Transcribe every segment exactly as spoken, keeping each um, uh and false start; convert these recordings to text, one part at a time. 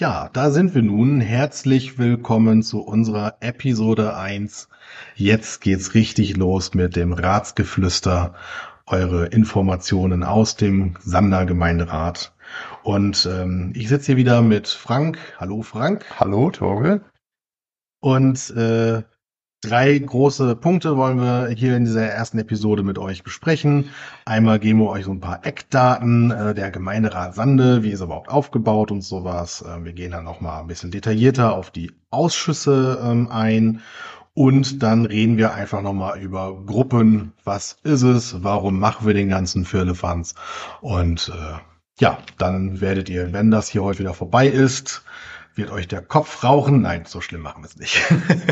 Ja, da sind wir nun. Herzlich willkommen zu unserer Episode eins. Jetzt geht's richtig los mit dem Ratsgeflüster, eure Informationen aus dem Sander Gemeinderat. Und ähm, ich sitze hier wieder mit Frank. Hallo Frank. Hallo, Torge. Und äh, drei große Punkte wollen wir hier in dieser ersten Episode mit euch besprechen. Einmal geben wir euch so ein paar Eckdaten äh, der Gemeinderat Sande, wie ist er überhaupt aufgebaut und sowas. Äh, wir gehen dann noch mal ein bisschen detaillierter auf die Ausschüsse ähm, ein. Und dann reden wir einfach nochmal über Gruppen. Was ist es? Warum machen wir den ganzen Firlefanz? Und äh, ja, dann werdet ihr, wenn das hier heute wieder vorbei ist, wird euch der Kopf rauchen. Nein, so schlimm machen wir es nicht.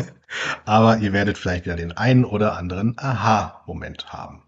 Aber ihr werdet vielleicht wieder den einen oder anderen Aha-Moment haben.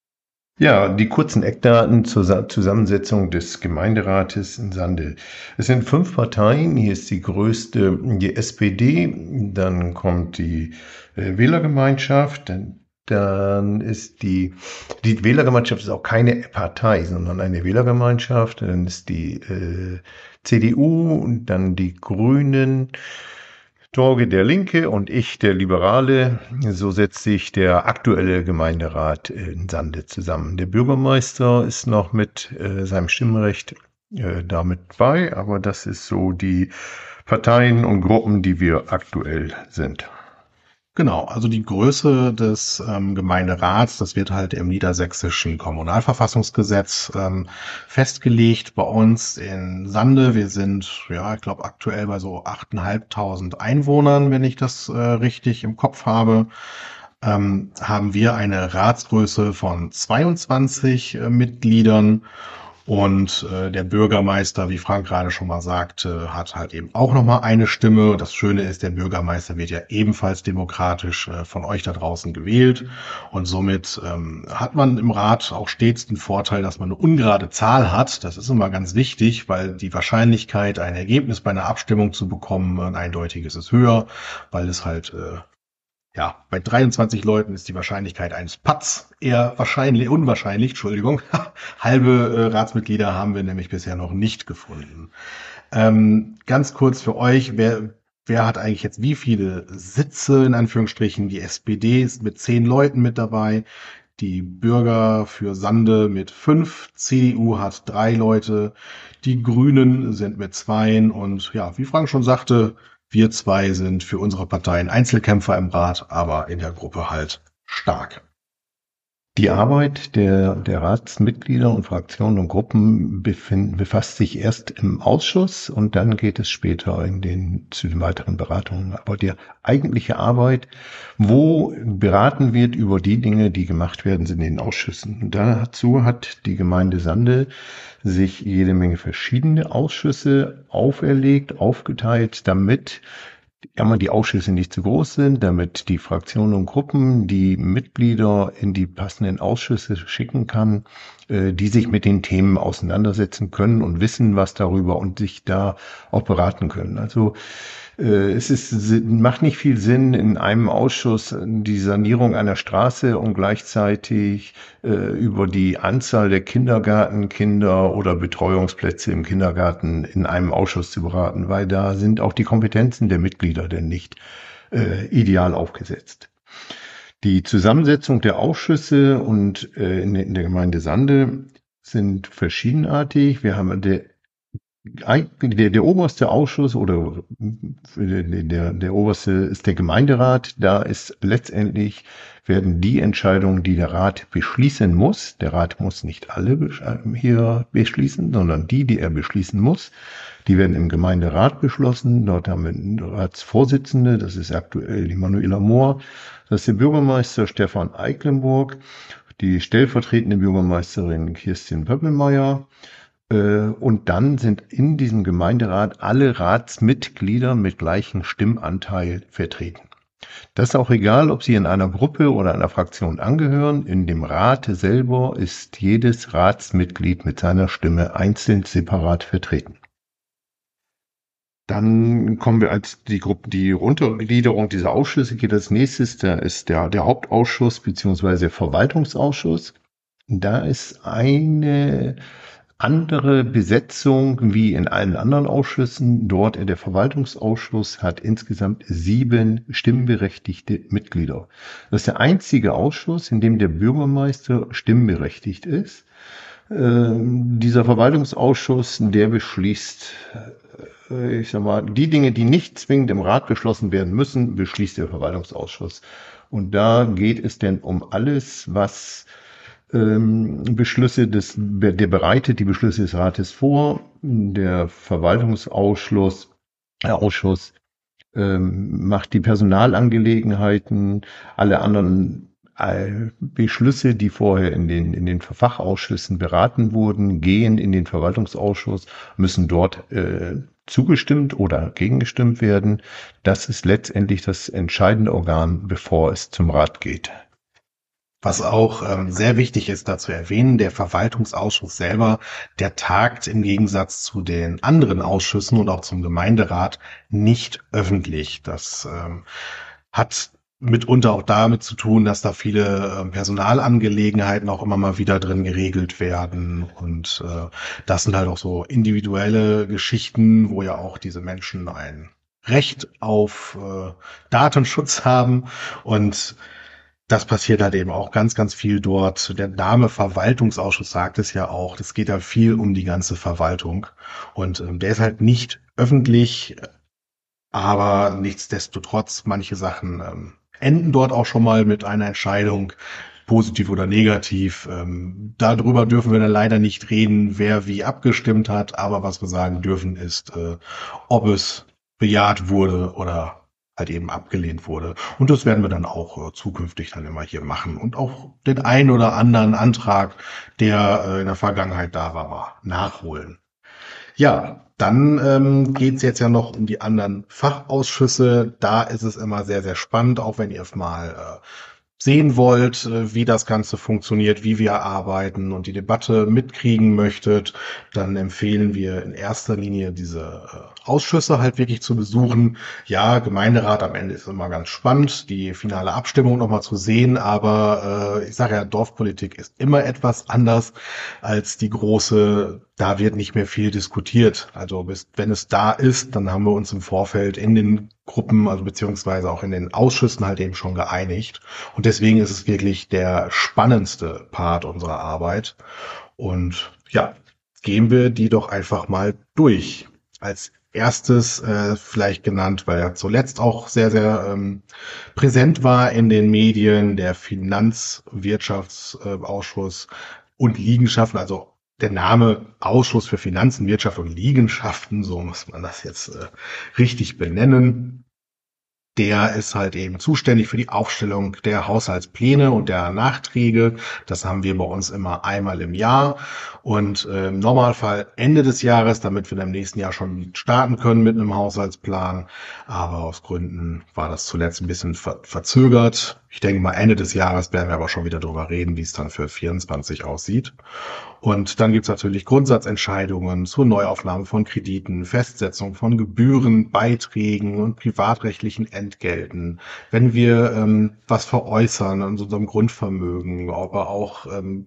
Ja, die kurzen Eckdaten zur Sa- Zusammensetzung des Gemeinderates in Sande. Es sind fünf Parteien. Hier ist die größte die S P D, dann kommt die äh, Wählergemeinschaft, dann, dann ist die, die Wählergemeinschaft ist auch keine Partei, sondern eine Wählergemeinschaft, dann ist die äh, C D U, und dann die Grünen, Torge der Linke und ich der Liberale. So setzt sich der aktuelle Gemeinderat in Sande zusammen. Der Bürgermeister ist noch mit äh, seinem Stimmrecht äh, damit bei, aber das ist so die Parteien und Gruppen, die wir aktuell sind. Genau, also die Größe des ähm, Gemeinderats, das wird halt im niedersächsischen Kommunalverfassungsgesetz ähm, festgelegt. Bei uns in Sande, wir sind, ja, ich glaube aktuell bei so achttausendfünfhundert Einwohnern, wenn ich das äh, richtig im Kopf habe, ähm, haben wir eine Ratsgröße von zweiundzwanzig äh, Mitgliedern. Und äh, der Bürgermeister, wie Frank gerade schon mal sagte, hat halt eben auch noch mal eine Stimme. Das Schöne ist, der Bürgermeister wird ja ebenfalls demokratisch äh, von euch da draußen gewählt. Und somit ähm, hat man im Rat auch stets den Vorteil, dass man eine ungerade Zahl hat. Das ist immer ganz wichtig, weil die Wahrscheinlichkeit, ein Ergebnis bei einer Abstimmung zu bekommen, ein eindeutiges ist höher, weil es halt äh, ja, bei dreiundzwanzig Leuten ist die Wahrscheinlichkeit eines Patts eher wahrscheinlich, unwahrscheinlich, Entschuldigung. Halbe äh, Ratsmitglieder haben wir nämlich bisher noch nicht gefunden. Ähm, ganz kurz für euch, wer, wer hat eigentlich jetzt wie viele Sitze, in Anführungsstrichen? Die S P D ist mit zehn Leuten mit dabei, die Bürger für Sande mit fünf, C D U hat drei Leute, die Grünen sind mit zweien und ja, wie Frank schon sagte, wir zwei sind für unsere Parteien Einzelkämpfer im Rat, aber in der Gruppe halt stark. Die Arbeit der, der Ratsmitglieder und Fraktionen und Gruppen befind, befasst sich erst im Ausschuss und dann geht es später in den, zu den weiteren Beratungen. Aber die eigentliche Arbeit, wo beraten wird über die Dinge, die gemacht werden, sind in den Ausschüssen. Und dazu hat die Gemeinde Sande sich jede Menge verschiedene Ausschüsse auferlegt, aufgeteilt, damit einmal die Ausschüsse nicht zu groß sind, damit die Fraktionen und Gruppen die Mitglieder in die passenden Ausschüsse schicken kann, äh, die sich mit den Themen auseinandersetzen können und wissen was darüber und sich da auch beraten können. Also äh, es ist, macht nicht viel Sinn, in einem Ausschuss die Sanierung einer Straße und gleichzeitig äh, über die Anzahl der Kindergartenkinder oder Betreuungsplätze im Kindergarten in einem Ausschuss zu beraten, weil da sind auch die Kompetenzen der Mitglieder denn nicht äh, ideal aufgesetzt. Die Zusammensetzung der Ausschüsse und äh, in, in der Gemeinde Sande sind verschiedenartig. Wir haben der der, der oberste Ausschuss oder der, der, der oberste ist der Gemeinderat. Da ist letztendlich werden die Entscheidungen, die der Rat beschließen muss, der Rat muss nicht alle hier beschließen, sondern die, die er beschließen muss, die werden im Gemeinderat beschlossen. Dort haben wir einen Ratsvorsitzende, das ist aktuell die Manuela Mohr, das ist der Bürgermeister Stefan Eiklenburg, die stellvertretende Bürgermeisterin Kirstin Pöppelmeier. Und dann sind in diesem Gemeinderat alle Ratsmitglieder mit gleichem Stimmanteil vertreten. Das ist auch egal, ob sie in einer Gruppe oder einer Fraktion angehören. In dem Rat selber ist jedes Ratsmitglied mit seiner Stimme einzeln separat vertreten. Dann kommen wir als die Gruppe, die Untergliederung dieser Ausschüsse geht als nächstes. Da ist der, der Hauptausschuss bzw. der Verwaltungsausschuss. Da ist eine andere Besetzung wie in allen anderen Ausschüssen. Dort in der Verwaltungsausschuss hat insgesamt sieben stimmberechtigte Mitglieder. Das ist der einzige Ausschuss, in dem der Bürgermeister stimmberechtigt ist. Ähm, dieser Verwaltungsausschuss, der beschließt, äh, ich sag mal, die Dinge, die nicht zwingend im Rat beschlossen werden müssen, beschließt der Verwaltungsausschuss. Und da geht es denn um alles, was ähm, Beschlüsse des, der bereitet die Beschlüsse des Rates vor. Der Verwaltungsausschuss, äh, Ausschuss ähm, macht die Personalangelegenheiten, alle anderen äh, Beschlüsse, die vorher in den, in den Fachausschüssen beraten wurden, gehen in den Verwaltungsausschuss, müssen dort äh, zugestimmt oder gegengestimmt werden. Das ist letztendlich das entscheidende Organ, bevor es zum Rat geht. Was auch ähm, sehr wichtig ist, da zu erwähnen, der Verwaltungsausschuss selber, der tagt im Gegensatz zu den anderen Ausschüssen und auch zum Gemeinderat nicht öffentlich. Das ähm, hat mitunter auch damit zu tun, dass da viele ähm, Personalangelegenheiten auch immer mal wieder drin geregelt werden. Und äh, das sind halt auch so individuelle Geschichten, wo ja auch diese Menschen ein Recht auf äh, Datenschutz haben. Und das passiert halt eben auch ganz, ganz viel dort. Der Name Verwaltungsausschuss sagt es ja auch. Es geht da viel um die ganze Verwaltung. Und ähm, der ist halt nicht öffentlich, aber nichtsdestotrotz, manche Sachen ähm, enden dort auch schon mal mit einer Entscheidung, positiv oder negativ. Ähm, darüber dürfen wir dann leider nicht reden, wer wie abgestimmt hat. Aber was wir sagen dürfen ist, äh, ob es bejaht wurde oder halt eben abgelehnt wurde. Und das werden wir dann auch äh, zukünftig dann immer hier machen und auch den einen oder anderen Antrag, der äh, in der Vergangenheit da war, mal nachholen. Ja, dann ähm, geht es jetzt ja noch um die anderen Fachausschüsse. Da ist es immer sehr, sehr spannend, auch wenn ihr mal äh, sehen wollt, äh, wie das Ganze funktioniert, wie wir arbeiten und die Debatte mitkriegen möchtet, dann empfehlen wir in erster Linie diese äh, Ausschüsse halt wirklich zu besuchen. Ja, Gemeinderat am Ende ist immer ganz spannend, die finale Abstimmung nochmal zu sehen, aber äh, ich sage ja, Dorfpolitik ist immer etwas anders als die große. Da wird nicht mehr viel diskutiert. Also bis, wenn es da ist, dann haben wir uns im Vorfeld in den Gruppen, also beziehungsweise auch in den Ausschüssen halt eben schon geeinigt. Und deswegen ist es wirklich der spannendste Part unserer Arbeit. Und ja, gehen wir die doch einfach mal durch. Als erstes äh, vielleicht genannt, weil er zuletzt auch sehr, sehr ähm, präsent war in den Medien, der Finanzwirtschaftsausschuss äh, und Liegenschaften, also der Name Ausschuss für Finanzen, Wirtschaft und Liegenschaften, so muss man das jetzt äh, richtig benennen. Der ist halt eben zuständig für die Aufstellung der Haushaltspläne und der Nachträge. Das haben wir bei uns immer einmal im Jahr und äh, im Normalfall Ende des Jahres, damit wir dann im nächsten Jahr schon starten können mit einem Haushaltsplan. Aber aus Gründen war das zuletzt ein bisschen ver verzögert. Ich denke mal, Ende des Jahres werden wir aber schon wieder darüber reden, wie es dann für vierundzwanzig aussieht. Und dann gibt's natürlich Grundsatzentscheidungen zur Neuaufnahme von Krediten, Festsetzung von Gebühren, Beiträgen und privatrechtlichen Entgelten. Wenn wir ähm, was veräußern an unserem Grundvermögen, aber auch ähm,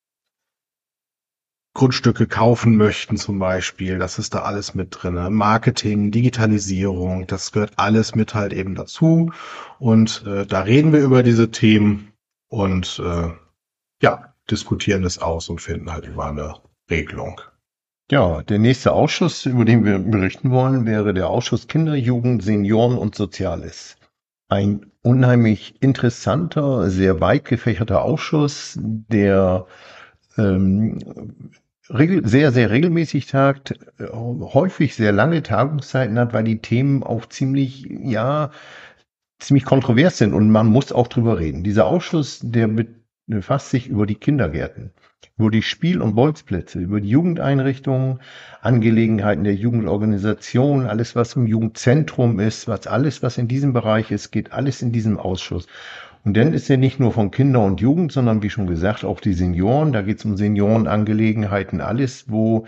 Grundstücke kaufen möchten zum Beispiel, das ist da alles mit drinne. Marketing, Digitalisierung, das gehört alles mit halt eben dazu. Und äh, da reden wir über diese Themen und äh, ja, diskutieren es aus und finden halt über eine Regelung. Ja, der nächste Ausschuss, über den wir berichten wollen, wäre der Ausschuss Kinder, Jugend, Senioren und Soziales. Ein unheimlich interessanter, sehr weit gefächerter Ausschuss, der ähm, regel sehr, sehr regelmäßig tagt, äh, häufig sehr lange Tagungszeiten hat, weil die Themen auch ziemlich, ja, ziemlich kontrovers sind und man muss auch drüber reden. Dieser Ausschuss, der befasst sich über die Kindergärten, über die Spiel- und Bolzplätze, über die Jugendeinrichtungen, Angelegenheiten der Jugendorganisation, alles was im Jugendzentrum ist, was alles, was in diesem Bereich ist, geht alles in diesem Ausschuss. Und dann ist er nicht nur von Kinder und Jugend, sondern wie schon gesagt, auch die Senioren. Da geht es um Seniorenangelegenheiten, alles, wo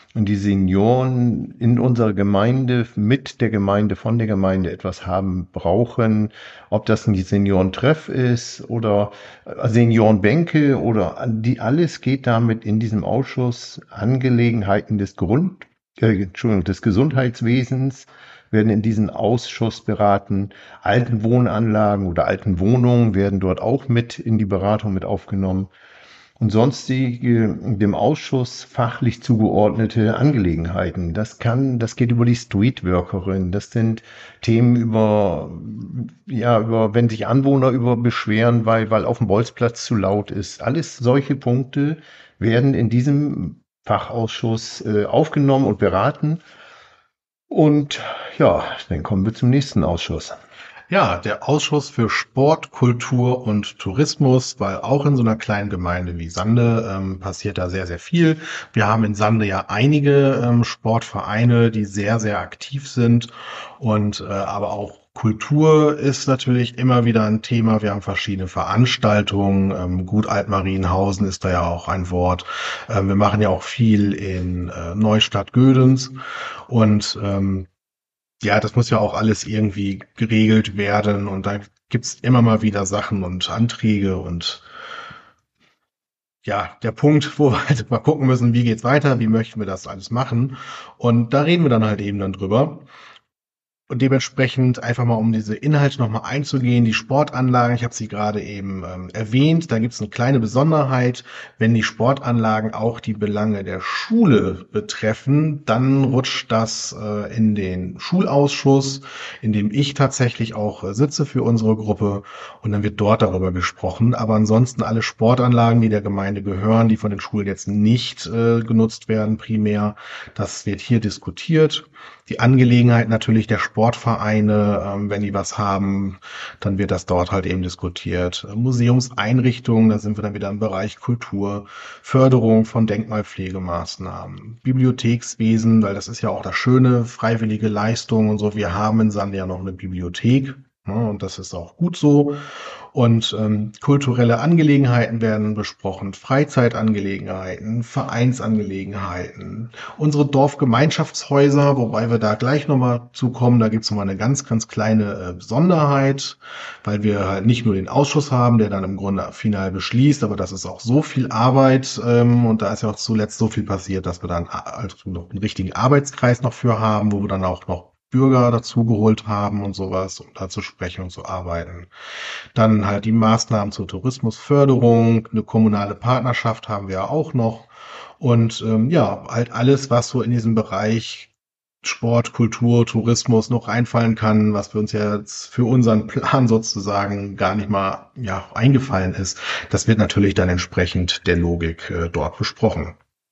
und die Senioren in unserer Gemeinde, mit der Gemeinde, von der Gemeinde etwas haben brauchen, ob das ein Seniorentreff ist oder Seniorenbänke oder die, alles geht damit in diesem Ausschuss Angelegenheiten des Grund, äh, Entschuldigung, des Gesundheitswesens werden in diesem Ausschuss beraten. Alten Wohnanlagen oder alten Wohnungen werden dort auch mit in die Beratung mit aufgenommen. Und sonstige dem Ausschuss fachlich zugeordnete Angelegenheiten. Das kann, das geht über die Streetworkerin. Das sind Themen über, ja, über, wenn sich Anwohner über beschweren, weil, weil auf dem Bolzplatz zu laut ist. Alles solche Punkte werden in diesem Fachausschuss äh, aufgenommen und beraten. Und ja, dann kommen wir zum nächsten Ausschuss. Ja, der Ausschuss für Sport, Kultur und Tourismus, weil auch in so einer kleinen Gemeinde wie Sande ähm, passiert da sehr, sehr viel. Wir haben in Sande ja einige ähm, Sportvereine, die sehr, sehr aktiv sind und äh, aber auch Kultur ist natürlich immer wieder ein Thema. Wir haben verschiedene Veranstaltungen. Ähm, Gut Altmarienhausen ist da ja auch ein Wort. Ähm, wir machen ja auch viel in äh, Neustadt-Gödens und ähm, ja, das muss ja auch alles irgendwie geregelt werden und da gibt's immer mal wieder Sachen und Anträge und ja, der Punkt, wo wir halt mal gucken müssen, wie geht's weiter, wie möchten wir das alles machen und da reden wir dann halt eben dann drüber. Und dementsprechend einfach mal, um diese Inhalte nochmal einzugehen, die Sportanlagen, ich habe sie gerade eben ähm, erwähnt, da gibt es eine kleine Besonderheit, wenn die Sportanlagen auch die Belange der Schule betreffen, dann rutscht das äh, in den Schulausschuss, in dem ich tatsächlich auch äh, sitze für unsere Gruppe und dann wird dort darüber gesprochen. Aber ansonsten alle Sportanlagen, die der Gemeinde gehören, die von den Schulen jetzt nicht äh, genutzt werden primär, das wird hier diskutiert. Die Angelegenheit natürlich der Sportvereine, ähm, wenn die was haben, dann wird das dort halt eben diskutiert. Museumseinrichtungen, da sind wir dann wieder im Bereich Kultur, Förderung von Denkmalpflegemaßnahmen, Bibliothekswesen, weil das ist ja auch das Schöne, freiwillige Leistung und so. Wir haben in Sande ja noch eine Bibliothek, ne, und das ist auch gut so. Und ähm, kulturelle Angelegenheiten werden besprochen, Freizeitangelegenheiten, Vereinsangelegenheiten, unsere Dorfgemeinschaftshäuser, wobei wir da gleich nochmal zukommen. Da gibt's nochmal eine ganz, ganz kleine äh, Besonderheit, weil wir halt nicht nur den Ausschuss haben, der dann im Grunde final beschließt, aber das ist auch so viel Arbeit ähm, und da ist ja auch zuletzt so viel passiert, dass wir dann also noch einen richtigen Arbeitskreis noch für haben, wo wir dann auch noch Bürger dazugeholt haben und sowas, um da zu sprechen und zu arbeiten. Dann halt die Maßnahmen zur Tourismusförderung, eine kommunale Partnerschaft haben wir ja auch noch. Und ähm, ja, halt alles, was so in diesem Bereich Sport, Kultur, Tourismus noch einfallen kann, was für uns jetzt für unseren Plan sozusagen gar nicht mal ja eingefallen ist, das wird natürlich dann entsprechend der Logik äh, dort besprochen.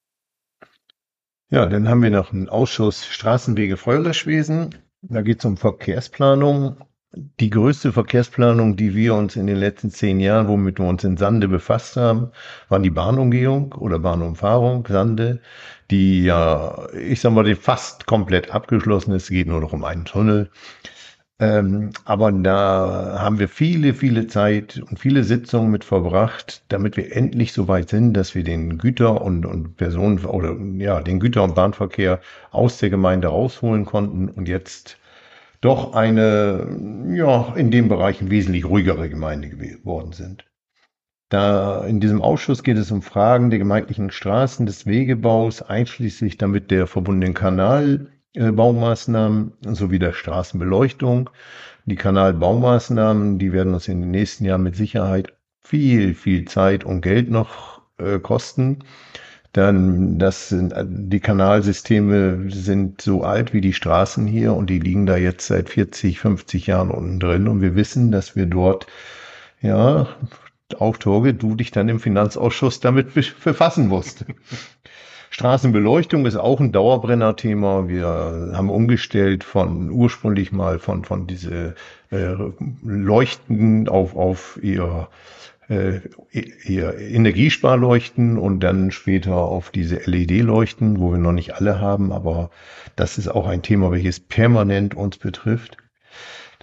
Ja, dann haben wir noch einen Ausschuss Straßenwege, Feuerlöschwesen. Da geht es um Verkehrsplanung. Die größte Verkehrsplanung, die wir uns in den letzten zehn Jahren, womit wir uns in Sande befasst haben, war die Bahnumgehung oder Bahnumfahrung Sande, die ja, ich sag mal, fast komplett abgeschlossen ist. Es geht nur noch um einen Tunnel. Ähm, aber da haben wir viele, viele Zeit und viele Sitzungen mit verbracht, damit wir endlich so weit sind, dass wir den Güter- und, und Personen- oder ja, den Güter- und Bahnverkehr aus der Gemeinde rausholen konnten und jetzt doch eine, ja, in dem Bereich eine wesentlich ruhigere Gemeinde geworden sind. Da in diesem Ausschuss geht es um Fragen der gemeindlichen Straßen, des Wegebaus, einschließlich damit der verbundenen Kanalbaumaßnahmen sowie der Straßenbeleuchtung. Die Kanalbaumaßnahmen, die werden uns in den nächsten Jahren mit Sicherheit viel, viel Zeit und Geld noch äh, kosten. Dann, das sind, die Kanalsysteme sind so alt wie die Straßen hier und die liegen da jetzt seit vierzig, fünfzig Jahren unten drin und wir wissen, dass wir dort, ja, auch Torge, du dich dann im Finanzausschuss damit befassen musst. Straßenbeleuchtung ist auch ein Dauerbrenner-Thema. Wir haben umgestellt von ursprünglich mal von, von diese äh, Leuchten auf, auf eher äh, eher Energiesparleuchten und dann später auf diese L E D-Leuchten, wo wir noch nicht alle haben, aber das ist auch ein Thema, welches permanent uns betrifft.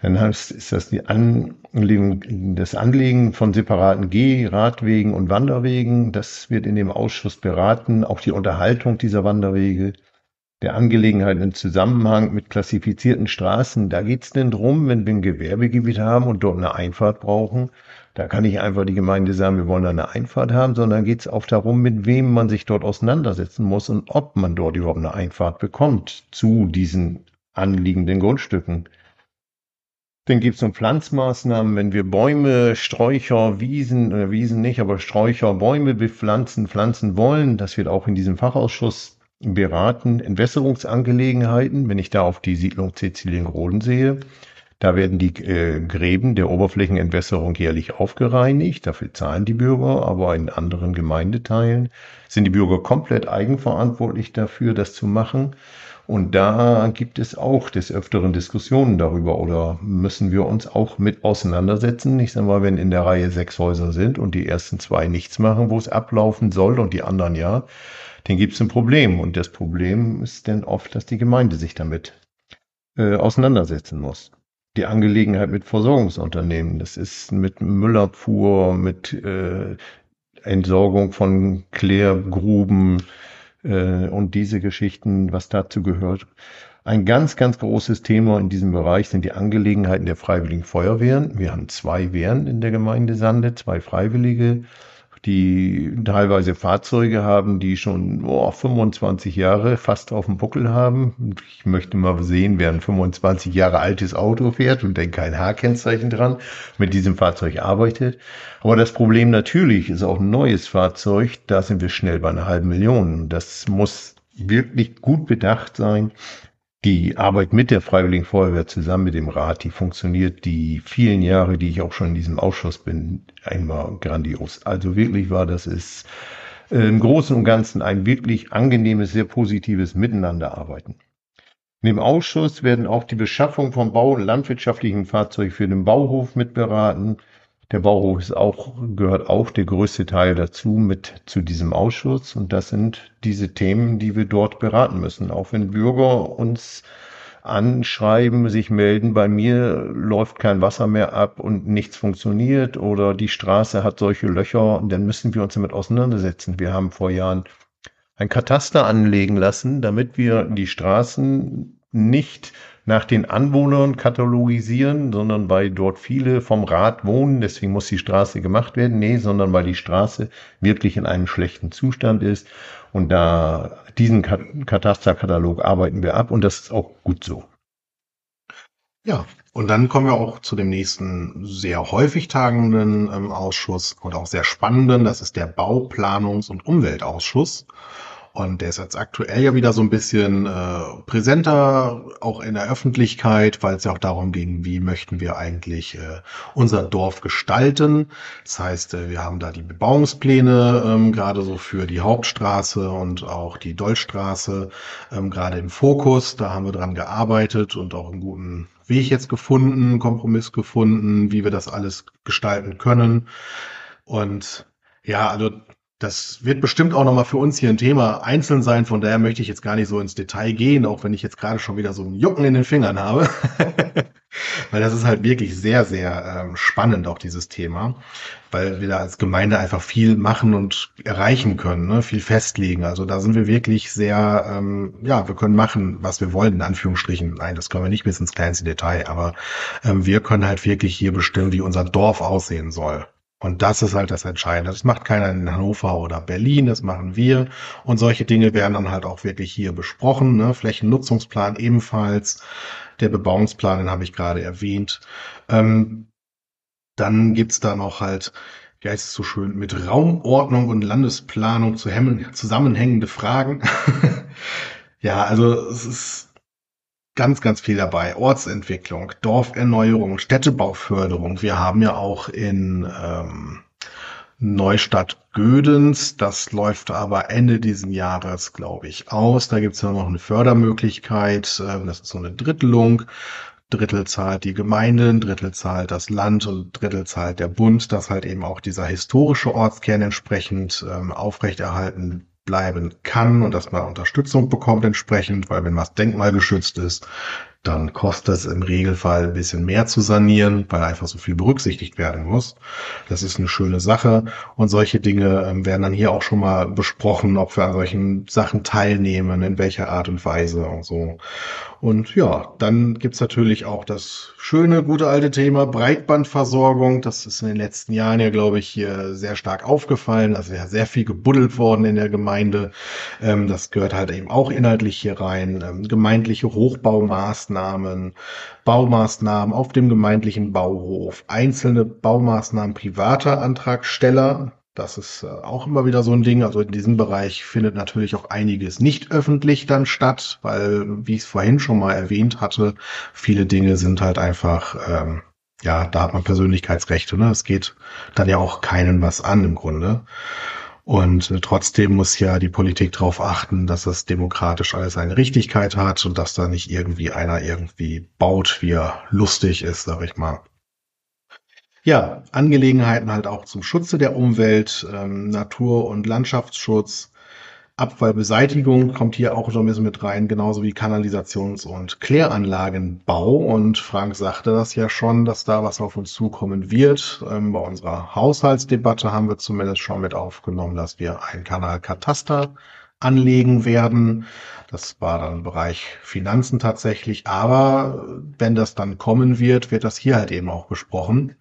Dann heißt, ist das die Anlegung, das Anlegen von separaten Geh-, Radwegen und Wanderwegen. Das wird in dem Ausschuss beraten. Auch die Unterhaltung dieser Wanderwege, der Angelegenheit im Zusammenhang mit klassifizierten Straßen. Da geht's denn drum, wenn wir ein Gewerbegebiet haben und dort eine Einfahrt brauchen. Da kann nicht einfach die Gemeinde sagen, wir wollen da eine Einfahrt haben, sondern geht's auch darum, mit wem man sich dort auseinandersetzen muss und ob man dort überhaupt eine Einfahrt bekommt zu diesen anliegenden Grundstücken. Dann gibt es um Pflanzmaßnahmen, wenn wir Bäume, Sträucher, Wiesen, oder Wiesen nicht, aber Sträucher, Bäume bepflanzen, pflanzen wollen. Das wird auch in diesem Fachausschuss beraten. Entwässerungsangelegenheiten, wenn ich da auf die Siedlung Cäcilienroden sehe. Da werden die äh, Gräben der Oberflächenentwässerung jährlich aufgereinigt. Dafür zahlen die Bürger, aber in anderen Gemeindeteilen sind die Bürger komplett eigenverantwortlich dafür, das zu machen. Und da gibt es auch des Öfteren Diskussionen darüber oder müssen wir uns auch mit auseinandersetzen. Ich sage mal, wenn in der Reihe sechs Häuser sind und die ersten zwei nichts machen, wo es ablaufen soll und die anderen ja, dann gibt es ein Problem. Und das Problem ist dann oft, dass die Gemeinde sich damit äh, auseinandersetzen muss. Die Angelegenheit mit Versorgungsunternehmen, das ist mit Müllabfuhr, mit äh, Entsorgung von Klärgruben, und diese Geschichten, was dazu gehört. Ein ganz, ganz großes Thema in diesem Bereich sind die Angelegenheiten der Freiwilligen Feuerwehren. Wir haben zwei Wehren in der Gemeinde Sande, zwei Freiwillige, die teilweise Fahrzeuge haben, die schon oh, fünfundzwanzig Jahre fast auf dem Buckel haben. Ich möchte mal sehen, wer ein fünfundzwanzig Jahre altes Auto fährt und dann kein H-Kennzeichen dran, mit diesem Fahrzeug arbeitet. Aber das Problem natürlich ist auch ein neues Fahrzeug, da sind wir schnell bei einer halben Million. Das muss wirklich gut bedacht sein. Die Arbeit mit der Freiwilligen Feuerwehr zusammen mit dem Rat, die funktioniert die vielen Jahre, die ich auch schon in diesem Ausschuss bin, einmal grandios. Also wirklich war das ist äh, im Großen und Ganzen ein wirklich angenehmes, sehr positives Miteinanderarbeiten. In dem Ausschuss werden auch die Beschaffung von Bau- und landwirtschaftlichen Fahrzeugen für den Bauhof mitberaten. Der Bauhof ist auch, gehört auch der größte Teil dazu mit zu diesem Ausschuss. Und das sind diese Themen, die wir dort beraten müssen. Auch wenn Bürger uns anschreiben, sich melden, bei mir läuft kein Wasser mehr ab und nichts funktioniert oder die Straße hat solche Löcher, dann müssen wir uns damit auseinandersetzen. Wir haben vor Jahren ein Kataster anlegen lassen, damit wir die Straßen nicht nach den Anwohnern katalogisieren, sondern weil dort viele vom Rat wohnen, deswegen muss die Straße gemacht werden. Nee, sondern weil die Straße wirklich in einem schlechten Zustand ist. Und da diesen Katasterkatalog arbeiten wir ab und das ist auch gut so. Ja, und dann kommen wir auch zu dem nächsten sehr häufig tagenden ähm, Ausschuss und auch sehr spannenden. Das ist der Bauplanungs- und Umweltausschuss. Und der ist jetzt aktuell ja wieder so ein bisschen äh, präsenter, auch in der Öffentlichkeit, weil es ja auch darum ging, wie möchten wir eigentlich äh, unser Dorf gestalten. Das heißt, äh, wir haben da die Bebauungspläne ähm, gerade so für die Hauptstraße und auch die Dollstraße ähm, gerade im Fokus. Da haben wir dran gearbeitet und auch einen guten Weg jetzt gefunden, Kompromiss gefunden, wie wir das alles gestalten können. Und ja, also das wird bestimmt auch nochmal für uns hier ein Thema einzeln sein, von daher möchte ich jetzt gar nicht so ins Detail gehen, auch wenn ich jetzt gerade schon wieder so ein Jucken in den Fingern habe. Weil das ist halt wirklich sehr, sehr ähm, spannend, auch dieses Thema, weil wir da als Gemeinde einfach viel machen und erreichen können, ne? Viel festlegen. Also da sind wir wirklich sehr, ähm, ja, wir können machen, was wir wollen, in Anführungsstrichen. Nein, das können wir nicht bis ins kleinste Detail, aber ähm, wir können halt wirklich hier bestimmen, wie unser Dorf aussehen soll. Und das ist halt das Entscheidende. Das macht keiner in Hannover oder Berlin, das machen wir. Und solche Dinge werden dann halt auch wirklich hier besprochen. Ne? Flächennutzungsplan ebenfalls. Der Bebauungsplan, den habe ich gerade erwähnt. Ähm, dann gibt's da noch halt, wie heißt es so schön, mit Raumordnung und Landesplanung zusammenhängende Fragen. Ja, also es ist ganz, ganz viel dabei. Ortsentwicklung, Dorferneuerung, Städtebauförderung. Wir haben ja auch in ähm, Neustadt Gödens, das läuft aber Ende diesen Jahres, glaube ich, aus. Da gibt es ja noch eine Fördermöglichkeit. Ähm, das ist so eine Drittelung. Drittel zahlt die Gemeinde, ein Drittel zahlt das Land und ein Drittel zahlt der Bund, dass halt eben auch dieser historische Ortskern entsprechend ähm, aufrechterhalten bleiben kann und dass man Unterstützung bekommt entsprechend, weil wenn was denkmalgeschützt ist, dann kostet es im Regelfall ein bisschen mehr zu sanieren, weil einfach so viel berücksichtigt werden muss. Das ist eine schöne Sache. Und solche Dinge ähm, werden dann hier auch schon mal besprochen, ob wir an solchen Sachen teilnehmen, in welcher Art und Weise und so. Und ja, dann gibt's natürlich auch das schöne, gute alte Thema Breitbandversorgung. Das ist in den letzten Jahren ja, glaube ich, hier sehr stark aufgefallen. Also ja, sehr viel gebuddelt worden in der Gemeinde. Ähm, das gehört halt eben auch inhaltlich hier rein. Ähm, gemeindliche Hochbaumaßnahmen, Baumaßnahmen auf dem gemeindlichen Bauhof, einzelne Baumaßnahmen privater Antragsteller. Das ist äh, auch immer wieder so ein Ding. Also in diesem Bereich findet natürlich auch einiges nicht öffentlich dann statt, weil, wie ich es vorhin schon mal erwähnt hatte, viele Dinge sind halt einfach, ähm, ja, da hat man Persönlichkeitsrechte, ne? Es geht dann ja auch keinen was an im Grunde. Und äh, trotzdem muss ja die Politik darauf achten, dass es demokratisch alles seine Richtigkeit hat und dass da nicht irgendwie einer irgendwie baut, wie er lustig ist, sag ich mal. Ja, Angelegenheiten halt auch zum Schutze der Umwelt, ähm, Natur- und Landschaftsschutz, Abfallbeseitigung kommt hier auch so ein bisschen mit rein, genauso wie Kanalisations- und Kläranlagenbau. Und Frank sagte das ja schon, dass da was auf uns zukommen wird. Ähm, bei unserer Haushaltsdebatte haben wir zumindest schon mit aufgenommen, dass wir ein Kanalkataster anlegen werden. Das war dann im Bereich Finanzen tatsächlich. Aber wenn das dann kommen wird, wird das hier halt eben auch besprochen.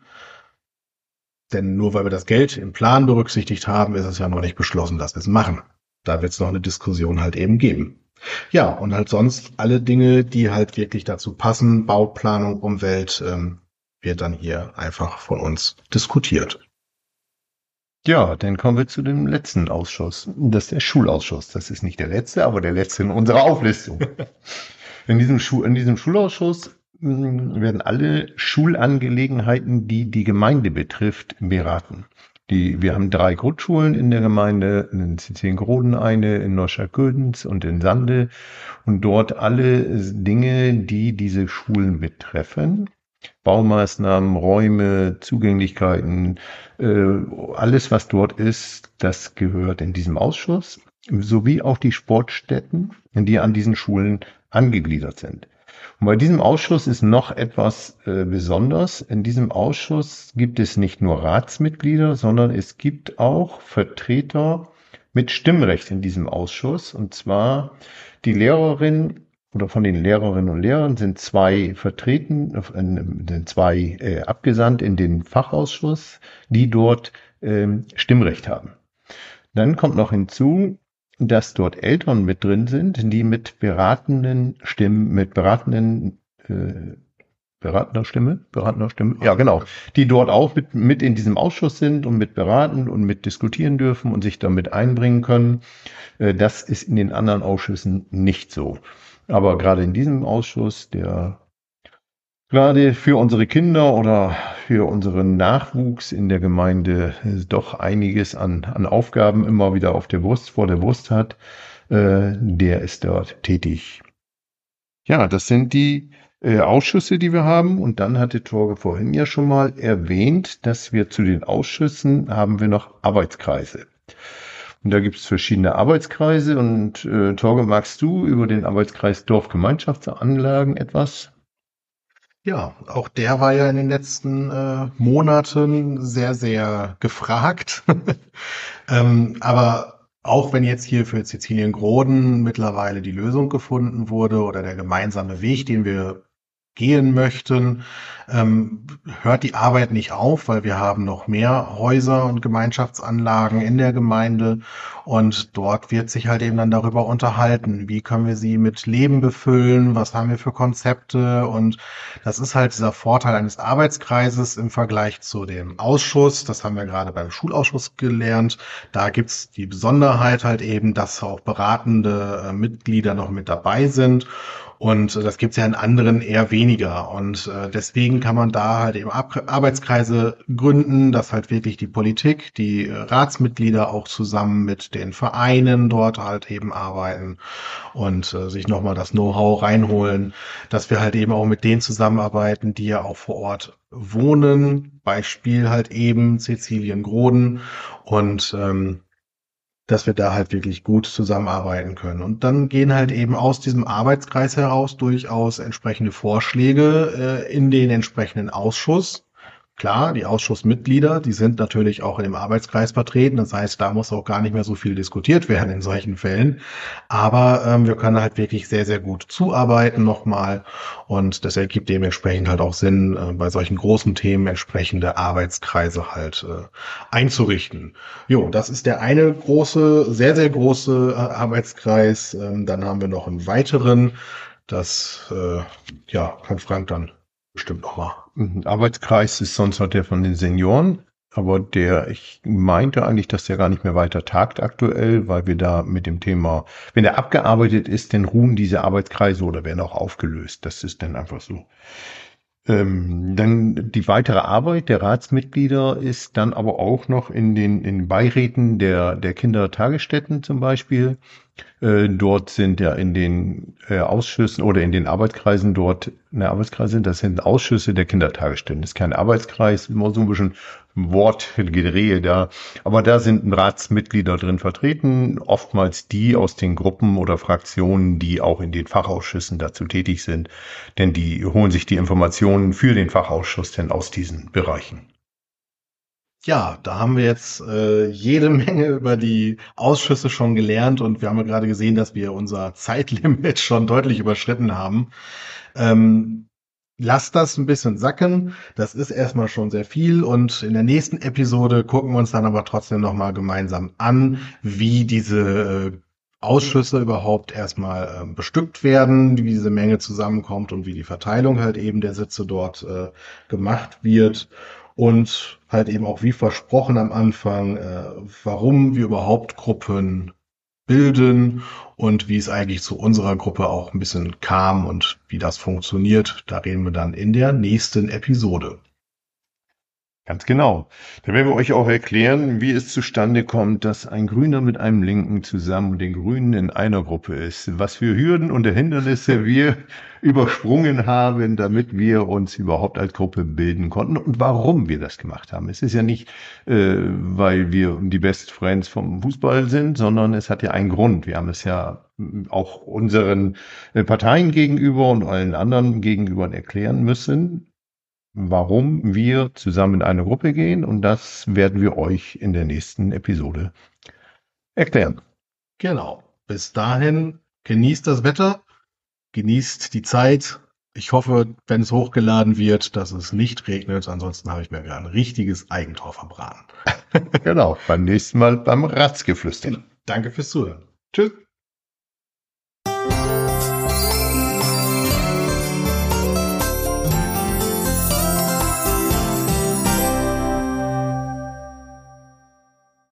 Denn nur weil wir das Geld im Plan berücksichtigt haben, ist es ja noch nicht beschlossen, dass wir es machen. Da wird es noch eine Diskussion halt eben geben. Ja, und halt sonst alle Dinge, die halt wirklich dazu passen, Bauplanung, Umwelt, ähm, wird dann hier einfach von uns diskutiert. Ja, dann kommen wir zu dem letzten Ausschuss. Das ist der Schulausschuss. Das ist nicht der letzte, aber der letzte in unserer Auflistung. In diesem, Schu in diesem Schulausschuss mh, werden alle Schulangelegenheiten, die die Gemeinde betrifft, beraten. Die, wir haben drei Grundschulen in der Gemeinde, in Siziliengroden eine, in Neustadt-Gödens und in Sande. Und dort alle Dinge, die diese Schulen betreffen. Baumaßnahmen, Räume, Zugänglichkeiten, äh, alles, was dort ist, das gehört in diesem Ausschuss, sowie auch die Sportstätten, die an diesen Schulen angegliedert sind. Und bei diesem Ausschuss ist noch etwas äh, besonders. In diesem Ausschuss gibt es nicht nur Ratsmitglieder, sondern es gibt auch Vertreter mit Stimmrecht in diesem Ausschuss. Und zwar die Lehrerin oder von den Lehrerinnen und Lehrern sind zwei vertreten, äh, sind zwei äh, abgesandt in den Fachausschuss, die dort äh, Stimmrecht haben. Dann kommt noch hinzu, dass dort Eltern mit drin sind, die mit beratenden Stimmen, mit beratenden äh, beratender Stimme, beratender Stimme, ja genau, die dort auch mit, mit in diesem Ausschuss sind und mit beraten und mit diskutieren dürfen und sich damit einbringen können. Äh, das ist in den anderen Ausschüssen nicht so. Aber gerade in diesem Ausschuss, der gerade für unsere Kinder oder für unseren Nachwuchs in der Gemeinde doch einiges an, an Aufgaben immer wieder auf der Brust, vor der Brust hat, äh, der ist dort tätig. Ja, das sind die äh, Ausschüsse, die wir haben. Und dann hatte Torge vorhin ja schon mal erwähnt, dass wir zu den Ausschüssen haben wir noch Arbeitskreise. Und da gibt es verschiedene Arbeitskreise. Und äh, Torge, magst du über den Arbeitskreis Dorfgemeinschaftsanlagen etwas? Ja, auch der war ja in den letzten äh, Monaten sehr, sehr gefragt. ähm, aber auch wenn jetzt hier für Sizilien-Groden mittlerweile die Lösung gefunden wurde oder der gemeinsame Weg, den wir gehen möchten, ähm, hört die Arbeit nicht auf, weil wir haben noch mehr Häuser und Gemeinschaftsanlagen in der Gemeinde und dort wird sich halt eben dann darüber unterhalten, wie können wir sie mit Leben befüllen, was haben wir für Konzepte und das ist halt dieser Vorteil eines Arbeitskreises im Vergleich zu dem Ausschuss, das haben wir gerade beim Schulausschuss gelernt, da gibt's die Besonderheit halt eben, dass auch beratende äh, Mitglieder noch mit dabei sind. Und äh, das gibt's ja in anderen eher weniger. Und äh, deswegen kann man da halt eben Ab Arbeitskreise gründen, dass halt wirklich die Politik, die äh, Ratsmitglieder auch zusammen mit den Vereinen dort halt eben arbeiten und äh, sich nochmal das Know-how reinholen, dass wir halt eben auch mit denen zusammenarbeiten, die ja auch vor Ort wohnen. Beispiel halt eben Sizilien-Groden. Und ähm, dass wir da halt wirklich gut zusammenarbeiten können. Und dann gehen halt eben aus diesem Arbeitskreis heraus durchaus entsprechende Vorschläge äh, in den entsprechenden Ausschuss. Klar, die Ausschussmitglieder, die sind natürlich auch in dem Arbeitskreis vertreten. Das heißt, da muss auch gar nicht mehr so viel diskutiert werden in solchen Fällen. Aber ähm, wir können halt wirklich sehr, sehr gut zuarbeiten nochmal. Und das ergibt dementsprechend halt auch Sinn, äh, bei solchen großen Themen entsprechende Arbeitskreise halt äh, einzurichten. Jo, das ist der eine große, sehr, sehr große äh, Arbeitskreis. Ähm, dann haben wir noch einen weiteren. Das äh, ja, kann Frank dann bestimmt noch mal. Ein Arbeitskreis ist sonst noch der von den Senioren, aber der, ich meinte eigentlich, dass der gar nicht mehr weiter tagt aktuell, weil wir da mit dem Thema, wenn der abgearbeitet ist, dann ruhen diese Arbeitskreise oder werden auch aufgelöst. Das ist dann einfach so. Ähm, dann die weitere Arbeit der Ratsmitglieder ist dann aber auch noch in den, in den Beiräten der, der Kindertagesstätten zum Beispiel. Äh, dort sind ja in den äh, Ausschüssen oder in den Arbeitskreisen dort, ne, Arbeitskreise, das sind Ausschüsse der Kindertagesstätten. Das ist kein Arbeitskreis, immer so ein bisschen Wortgedrehe da. Aber da sind Ratsmitglieder drin vertreten, oftmals die aus den Gruppen oder Fraktionen, die auch in den Fachausschüssen dazu tätig sind. Denn die holen sich die Informationen für den Fachausschuss denn aus diesen Bereichen. Ja, da haben wir jetzt äh, jede Menge über die Ausschüsse schon gelernt und wir haben ja gerade gesehen, dass wir unser Zeitlimit schon deutlich überschritten haben. Ähm, lasst das ein bisschen sacken. Das ist erstmal schon sehr viel und in der nächsten Episode gucken wir uns dann aber trotzdem nochmal gemeinsam an, wie diese äh, Ausschüsse überhaupt erstmal äh, bestückt werden, wie diese Menge zusammenkommt und wie die Verteilung halt eben der Sitze dort äh, gemacht wird. Und halt eben auch wie versprochen am Anfang, äh, warum wir überhaupt Gruppen bilden und wie es eigentlich zu unserer Gruppe auch ein bisschen kam und wie das funktioniert. Da reden wir dann in der nächsten Episode. Ganz genau. Da werden wir euch auch erklären, wie es zustande kommt, dass ein Grüner mit einem Linken zusammen und den Grünen in einer Gruppe ist. Was für Hürden und Hindernisse wir übersprungen haben, damit wir uns überhaupt als Gruppe bilden konnten und warum wir das gemacht haben. Es ist ja nicht, äh, weil wir die Best Friends vom Fußball sind, sondern es hat ja einen Grund. Wir haben es ja auch unseren Parteien gegenüber und allen anderen gegenüber erklären müssen, warum wir zusammen in eine Gruppe gehen, und das werden wir euch in der nächsten Episode erklären. Genau. Bis dahin, genießt das Wetter, genießt die Zeit. Ich hoffe, wenn es hochgeladen wird, dass es nicht regnet. Ansonsten habe ich mir wieder ein richtiges Eigentor verbraten. Genau, beim nächsten Mal beim Ratsgeflüster. Danke fürs Zuhören. Tschüss.